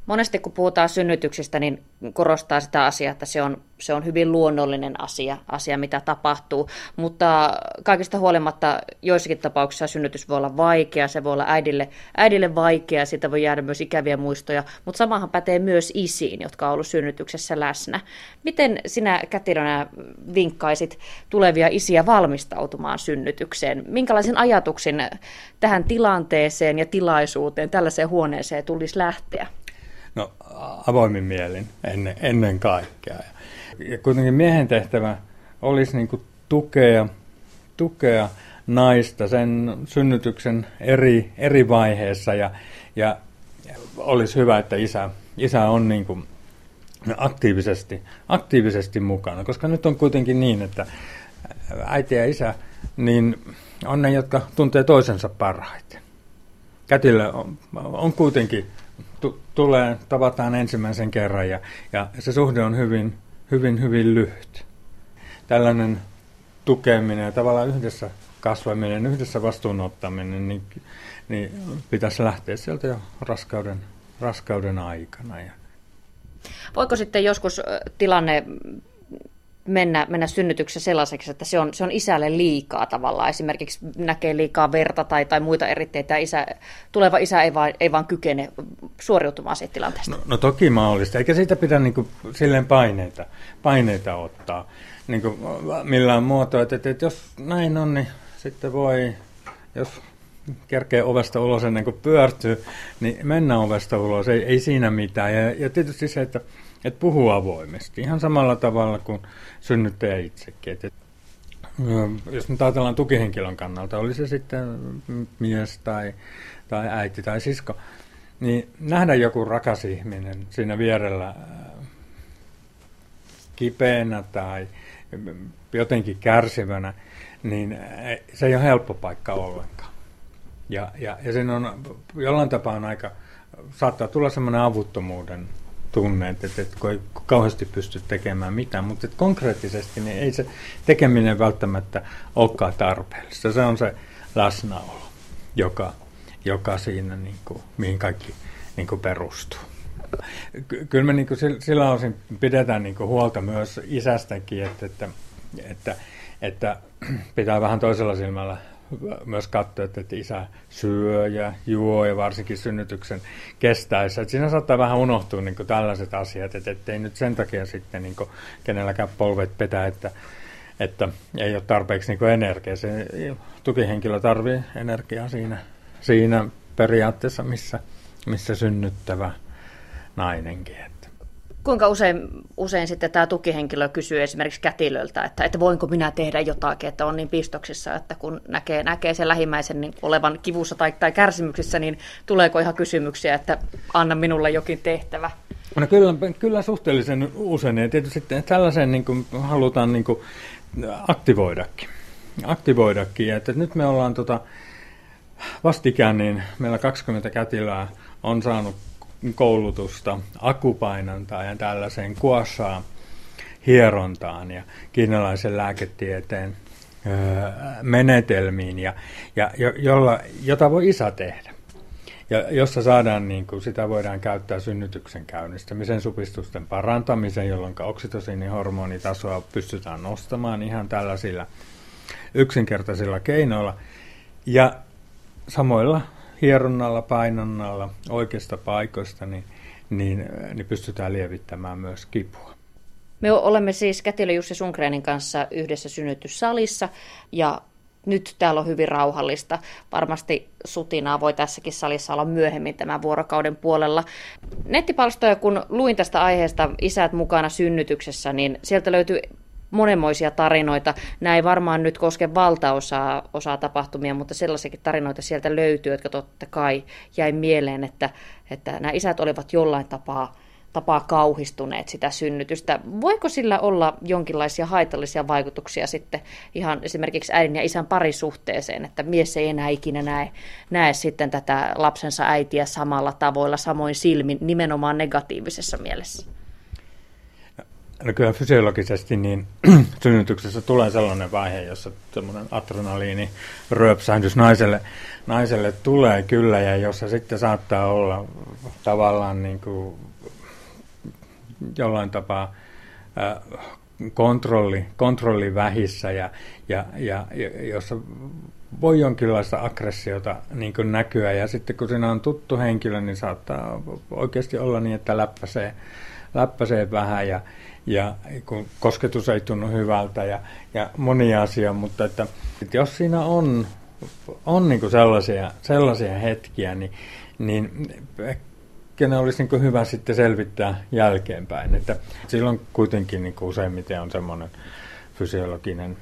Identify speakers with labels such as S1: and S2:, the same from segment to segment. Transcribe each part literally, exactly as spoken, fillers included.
S1: Monesti kun puhutaan synnytyksistä, niin korostaa sitä asiaa, että se on, se on hyvin luonnollinen asia, asia, mitä tapahtuu. Mutta kaikista huolimatta joissakin tapauksissa synnytys voi olla vaikea, se voi olla äidille, äidille vaikea, siitä voi jäädä myös ikäviä muistoja, mutta samahan pätee myös isiin, jotka on ollut synnytyksessä läsnä. Miten sinä, Kätilönä, vinkkaisit tulevia isiä valmistautumaan synnytykseen? Minkälaisen ajatuksin tähän tilanteeseen ja tilaisuuteen, tällaiseen huoneeseen tulisi lähteä?
S2: No avoimin mielin ennen, ennen kaikkea. Ja kuitenkin miehen tehtävä olisi niin kuin tukea, tukea naista sen synnytyksen eri, eri vaiheessa ja, ja olisi hyvä, että isä, isä on niin kuin aktiivisesti, aktiivisesti mukana, koska nyt on kuitenkin niin, että äiti ja isä niin on ne, jotka tuntee toisensa parhaiten. Kätilö on, on kuitenkin tulee, tavataan ensimmäisen kerran ja, ja se suhde on hyvin, hyvin, hyvin lyhyt. Tällainen tukeminen ja tavallaan yhdessä kasvaminen, yhdessä vastuunottaminen, niin, niin pitäisi lähteä sieltä jo raskauden, raskauden aikana.
S1: Voiko sitten joskus tilanne mennä, mennä synnytyksessä sellaiseksi, että se on, se on isälle liikaa tavallaan, esimerkiksi näkee liikaa verta tai, tai muita eritteitä, ja isä, tuleva isä ei vaan, ei vaan kykene suoriutumaan siitä tilanteesta?
S2: No, no toki mahdollista, eikä siitä pidä niin kuin, silleen paineita, paineita ottaa niin kuin, millään muotoa, että, että, että jos näin on, niin sitten voi, jos kerkee ovesta ulos ennen kuin pyörtyy, niin mennä ovesta ulos, ei, ei siinä mitään, ja, ja tietysti se, että Että puhuu avoimesti, ihan samalla tavalla kuin synnyttäjä itsekin. Et, et, jos nyt ajatellaan tukihenkilön kannalta, oli se sitten mies tai, tai äiti tai sisko, niin nähdä joku rakas ihminen siinä vierellä kipeänä tai jotenkin kärsivänä, niin se ei ole helppo paikka ollenkaan. Ja, ja, ja siinä on jollain tapaa aika, saattaa tulla semmoinen avuttomuuden tunne, että, että, että kun ei kauheasti pysty tekemään mitään, mutta että konkreettisesti niin ei se tekeminen välttämättä olekaan tarpeellista. Se on se läsnäolo, joka, joka siinä, niin kuin, mihin kaikki niin kuin perustuu. Kyllä me niin kuin sillä osin pidetään niin kuin huolta myös isästäkin, että, että, että, että pitää vähän toisella silmällä myös katsoa, että isä syö ja juo ja varsinkin synnytyksen kestäessä. Että siinä saattaa vähän unohtua niin kuin tällaiset asiat, että ettei nyt sen takia sitten niin kuin kenelläkään polvet petä, että, että ei ole tarpeeksi niin kuin energiaa. Se tukihenkilö tarvitsee energiaa siinä, siinä periaatteessa, missä, missä synnyttävä nainenkin.
S1: Kuinka usein, usein sitten tämä tukihenkilö kysyy esimerkiksi kätilöltä, että, että voinko minä tehdä jotakin, että on niin pistoksissa, että kun näkee, näkee sen lähimmäisen niin olevan kivussa tai, tai kärsimyksissä, niin tuleeko ihan kysymyksiä, että anna minulle jokin tehtävä?
S2: No kyllä, kyllä suhteellisen usein, ja tietysti tällaisen niin kuin halutaan niin kuin aktivoidakin. aktivoidakin. Että nyt me ollaan tota, vastikään, niin meillä kaksikymmentä kätilöä on saanut koulutusta akupainontaan ja tällaiseen kuossaan hierontaan ja kiinalaisen lääketieteen öö, menetelmiin, ja, ja, jolla, jota voi isä tehdä. Ja jossa saadaan, niin kuin, sitä voidaan käyttää synnytyksen käynnistämisen, supistusten parantamiseen, jolloin oksitosiinihormonitasoa pystytään nostamaan ihan tällaisilla yksinkertaisilla keinoilla. Ja samoilla hieronnalla, painonnalla oikeista paikoista, niin, niin, niin pystytään lievittämään myös kipua.
S1: Me olemme siis kätilö Jussi Sundgrenin kanssa yhdessä synnytyssalissa, ja nyt täällä on hyvin rauhallista. Varmasti sutinaa voi tässäkin salissa olla myöhemmin tämän vuorokauden puolella. Nettipalstoja, kun luin tästä aiheesta Isät mukana synnytyksessä, niin sieltä löytyy monenmoisia tarinoita. Nämä ei varmaan nyt koske valtaosaa osaa tapahtumia, mutta sellaisiakin tarinoita sieltä löytyy, jotka totta kai jäi mieleen, että, että nämä isät olivat jollain tapaa, tapaa kauhistuneet sitä synnytystä. Voiko sillä olla jonkinlaisia haitallisia vaikutuksia sitten ihan esimerkiksi äidin ja isän parisuhteeseen, että mies ei enää ikinä näe, näe sitten tätä lapsensa äitiä samalla tavoilla, samoin silmin, nimenomaan negatiivisessa mielessä?
S2: no kyllä fysiologisesti niin synnytyksessä tulee sellainen vaihe, jossa semmoinen adrenaliini ryöpsähdys naiselle, naiselle tulee kyllä, ja jossa sitten saattaa olla tavallaan niin kuin jollain tapaa äh, kontrolli, kontrolli vähissä, ja, ja, ja, ja jossa voi jonkinlaista aggressiota niin kuin näkyä, ja sitten kun siinä on tuttu henkilö, niin saattaa oikeasti olla niin, että läppäsee, läppäsee vähän, ja, ja kun kosketus ei tunnu hyvältä, ja, ja monia asioita, mutta että, että jos siinä on, on niin kuin sellaisia, sellaisia hetkiä, niin, niin ehkä ne olisi niin kuin hyvä sitten selvittää jälkeenpäin, että silloin kuitenkin niin kuin useimmiten on semmoinen fysiologinen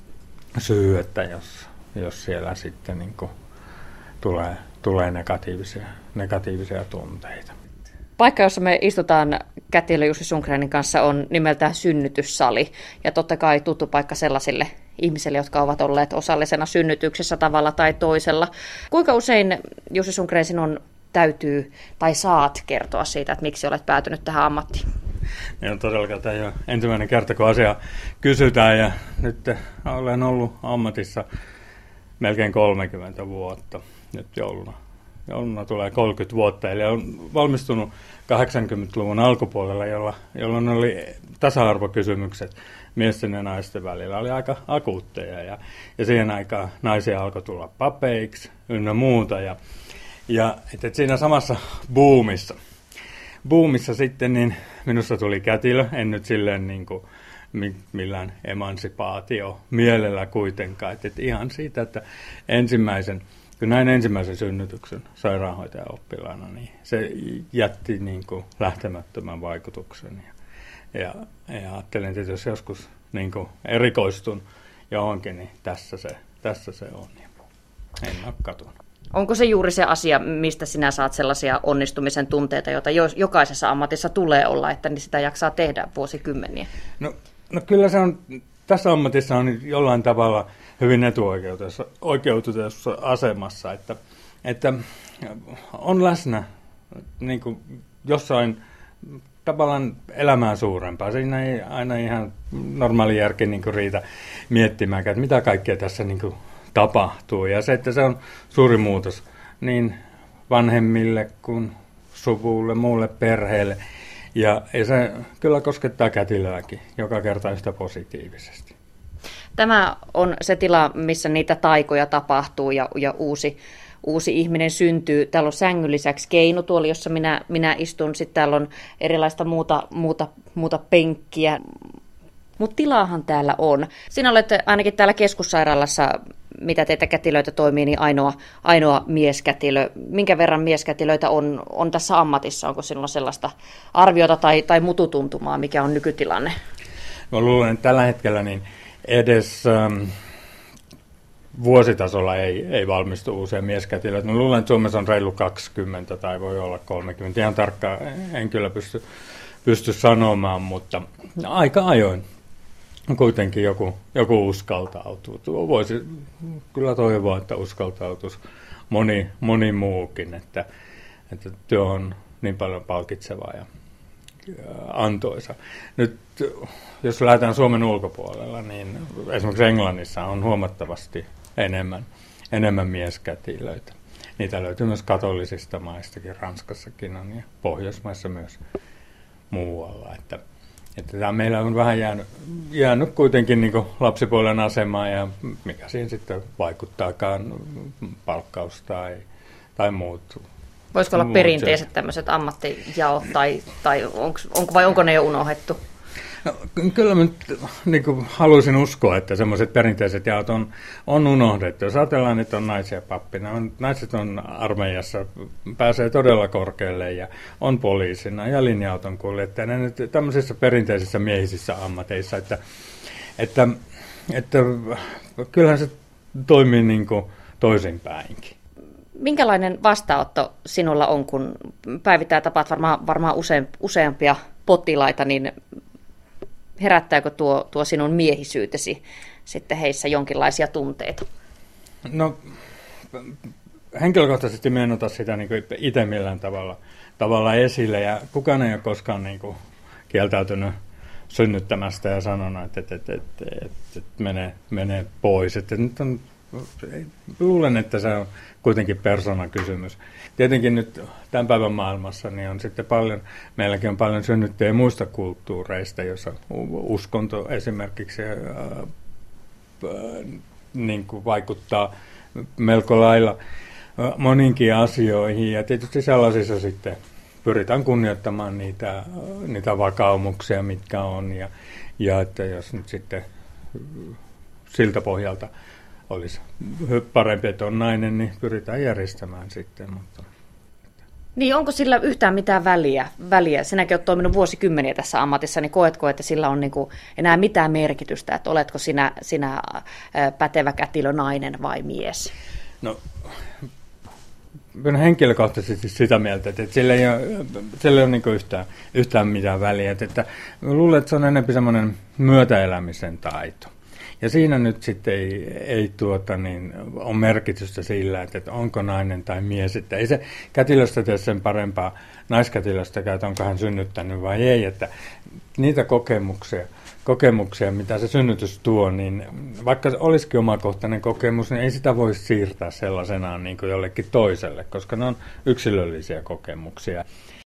S2: syy, että jos jos siellä sitten niin kuin tulee, tulee negatiivisia, negatiivisia tunteita.
S1: Paikka, jossa me istutaan kätilö Jussi Sundgrenin kanssa, on nimeltään synnytyssali. Ja totta kai tuttu paikka sellaisille ihmisille, jotka ovat olleet osallisena synnytyksessä tavalla tai toisella. Kuinka usein, Jussi Sundgren, sinun täytyy tai saat kertoa siitä, että miksi olet päätynyt tähän ammattiin?
S2: Niin on todellakaan tämä jo ensimmäinen kerta, kun asia kysytään, ja nyt olen ollut ammatissa melkein kolmekymmentä vuotta, nyt jouluna. Jouluna tulee kolmekymmentä vuotta, eli on valmistunut kahdeksankymmentäluvun alkupuolella, jolla, jolloin oli tasa-arvokysymykset miesten ja naisten välillä, oli aika akuutteja, ja, ja siihen aikaan naisia alkoi tulla papeiksi ynnä muuta, ja, ja että siinä samassa buumissa, buumissa sitten niin minusta tuli kätilö, en nyt silleen niin kuin millään emansipaatio mielellä kuitenkaan. Että ihan siitä, että ensimmäisen, kun näin ensimmäisen synnytyksen sairaanhoitajan oppilaana, niin se jätti niin kuin lähtemättömän vaikutuksen. Ja, ja, ja ajattelin, että jos joskus niin kuin erikoistun johonkin, niin tässä se, tässä se on. En ole katunut.
S1: Onko se juuri se asia, mistä sinä saat sellaisia onnistumisen tunteita, joita jokaisessa ammatissa tulee olla, että sitä jaksaa tehdä vuosikymmeniä? No,
S2: no kyllä se on, tässä ammatissa on jollain tavalla hyvin etuoikeutetussa asemassa, että, että on läsnä niin kuin jossain tavallaan elämää suurempaa. Siinä ei aina ihan normaali järki niin kuin riitä miettimään, että mitä kaikkea tässä niin kuin tapahtuu. Ja se, että se on suuri muutos niin vanhemmille kuin suvulle, muulle perheelle. Ja, ja se kyllä koskettaa kätilöäkin joka kerta yhtä positiivisesti.
S1: Tämä on se tila, missä niitä taikoja tapahtuu ja, ja uusi, uusi ihminen syntyy. Täällä on sängyn lisäksi keinutuoli, jossa minä, minä istun. Sitten täällä on erilaista muuta, muuta, muuta penkkiä. Mutta tilaahan täällä on. Sinä olet ainakin täällä keskussairaalassa, mitä teitä kätilöitä toimii, niin ainoa, ainoa mieskätilö. Minkä verran mieskätilöitä on, on tässä ammatissa? Onko sinulla sellaista arviota tai, tai mututuntumaa, mikä on nykytilanne?
S2: Mä luulen, että tällä hetkellä niin edes ähm, vuositasolla ei, ei valmistu uusia mieskätilöitä. Mä luulen, että Suomessa on reilu kaksikymmentä tai voi olla kolmekymmentä. Ihan tarkkaan en kyllä pysty, pysty sanomaan, mutta aika ajoin kuitenkin joku, joku uskaltautuu. Voisi kyllä toivoa, että uskaltautuisi moni, moni muukin, että, että työ on niin paljon palkitsevaa ja antoisa. Nyt jos lähdetään Suomen ulkopuolella, niin esimerkiksi Englannissa on huomattavasti enemmän, enemmän mieskätilöitä. Niitä löytyy myös katolisista maistakin, Ranskassakin on ja Pohjoismaissa myös muualla. Että, että tämä meillä on vähän jäänyt, jäänyt kuitenkin niin kuin lapsipuolen asemaan ja mikä siinä sitten vaikuttaakaan palkkaus tai, tai muut.
S1: Voisiko olla perinteiset tämmöiset ammattijaot tai, tai onko, onko, vai onko ne jo unohdettu?
S2: No, kyllä mä niin kuin haluaisin uskoa, että semmoiset perinteiset jaot on, on unohdettu. Jos ajatellaan, että on naisia pappina, on, naiset on armeijassa, pääsee todella korkealle ja on poliisina ja linja-auton kuljettajana. Tämmöisissä perinteisissä miehisissä ammateissa, että, että, että kyllähän se toimii niin kuin toisinpäinkin.
S1: Minkälainen vastaanotto sinulla on, kun päivittäin tapaat varmaan, varmaan usein, useampia potilaita, niin herättääkö tuo, tuo sinun miehisyytesi sitten heissä jonkinlaisia tunteita?
S2: No henkilökohtaisesti minä en ota sitä niin kuin itse millään tavalla, tavalla esille ja kukaan ei ole koskaan niin kuin kieltäytynyt synnyttämästä ja sanonut, että, että, että, että, että, että mene, mene pois. Että nyt on, luulen, että se on kuitenkin persoonakysymys. Tietenkin nyt tämän päivän maailmassa niin on sitten paljon, meilläkin on paljon synnyttäjiä muista kulttuureista, jossa uskonto esimerkiksi ää, ää, niin kuin vaikuttaa melko lailla moninkin asioihin, ja tietysti sellaisissa sitten pyritään kunnioittamaan niitä, niitä vakaumuksia, mitkä on, ja, ja että jos nyt sitten siltä pohjalta olisi parempi, että on nainen, niin pyritään järjestämään sitten. Mutta.
S1: Niin, onko sillä yhtään mitään väliä? väliä? Sinäkin olet toiminut vuosikymmeniä tässä ammatissa, niin koetko, että sillä on niin kuin enää mitään merkitystä, että oletko sinä, sinä pätevä kätilönainen vai mies?
S2: No, olen henkilökohtaisesti sitä mieltä, että sillä ei ole, sillä ei ole niin kuin yhtään, yhtään mitään väliä. Että luulen, että se on enemmän semmoinen myötäelämisen taito. Ja siinä nyt sitten ei, ei tuota, niin, ole merkitystä sillä, että onko nainen tai mies. Että ei se kätilöstä tee sen parempaa naiskätilöstäkään, että onko hän synnyttänyt vai ei. Että niitä kokemuksia, kokemuksia, mitä se synnytys tuo, niin vaikka olisikin omakohtainen kokemus, niin ei sitä voi siirtää sellaisenaan niin kuin jollekin toiselle, koska ne on yksilöllisiä kokemuksia.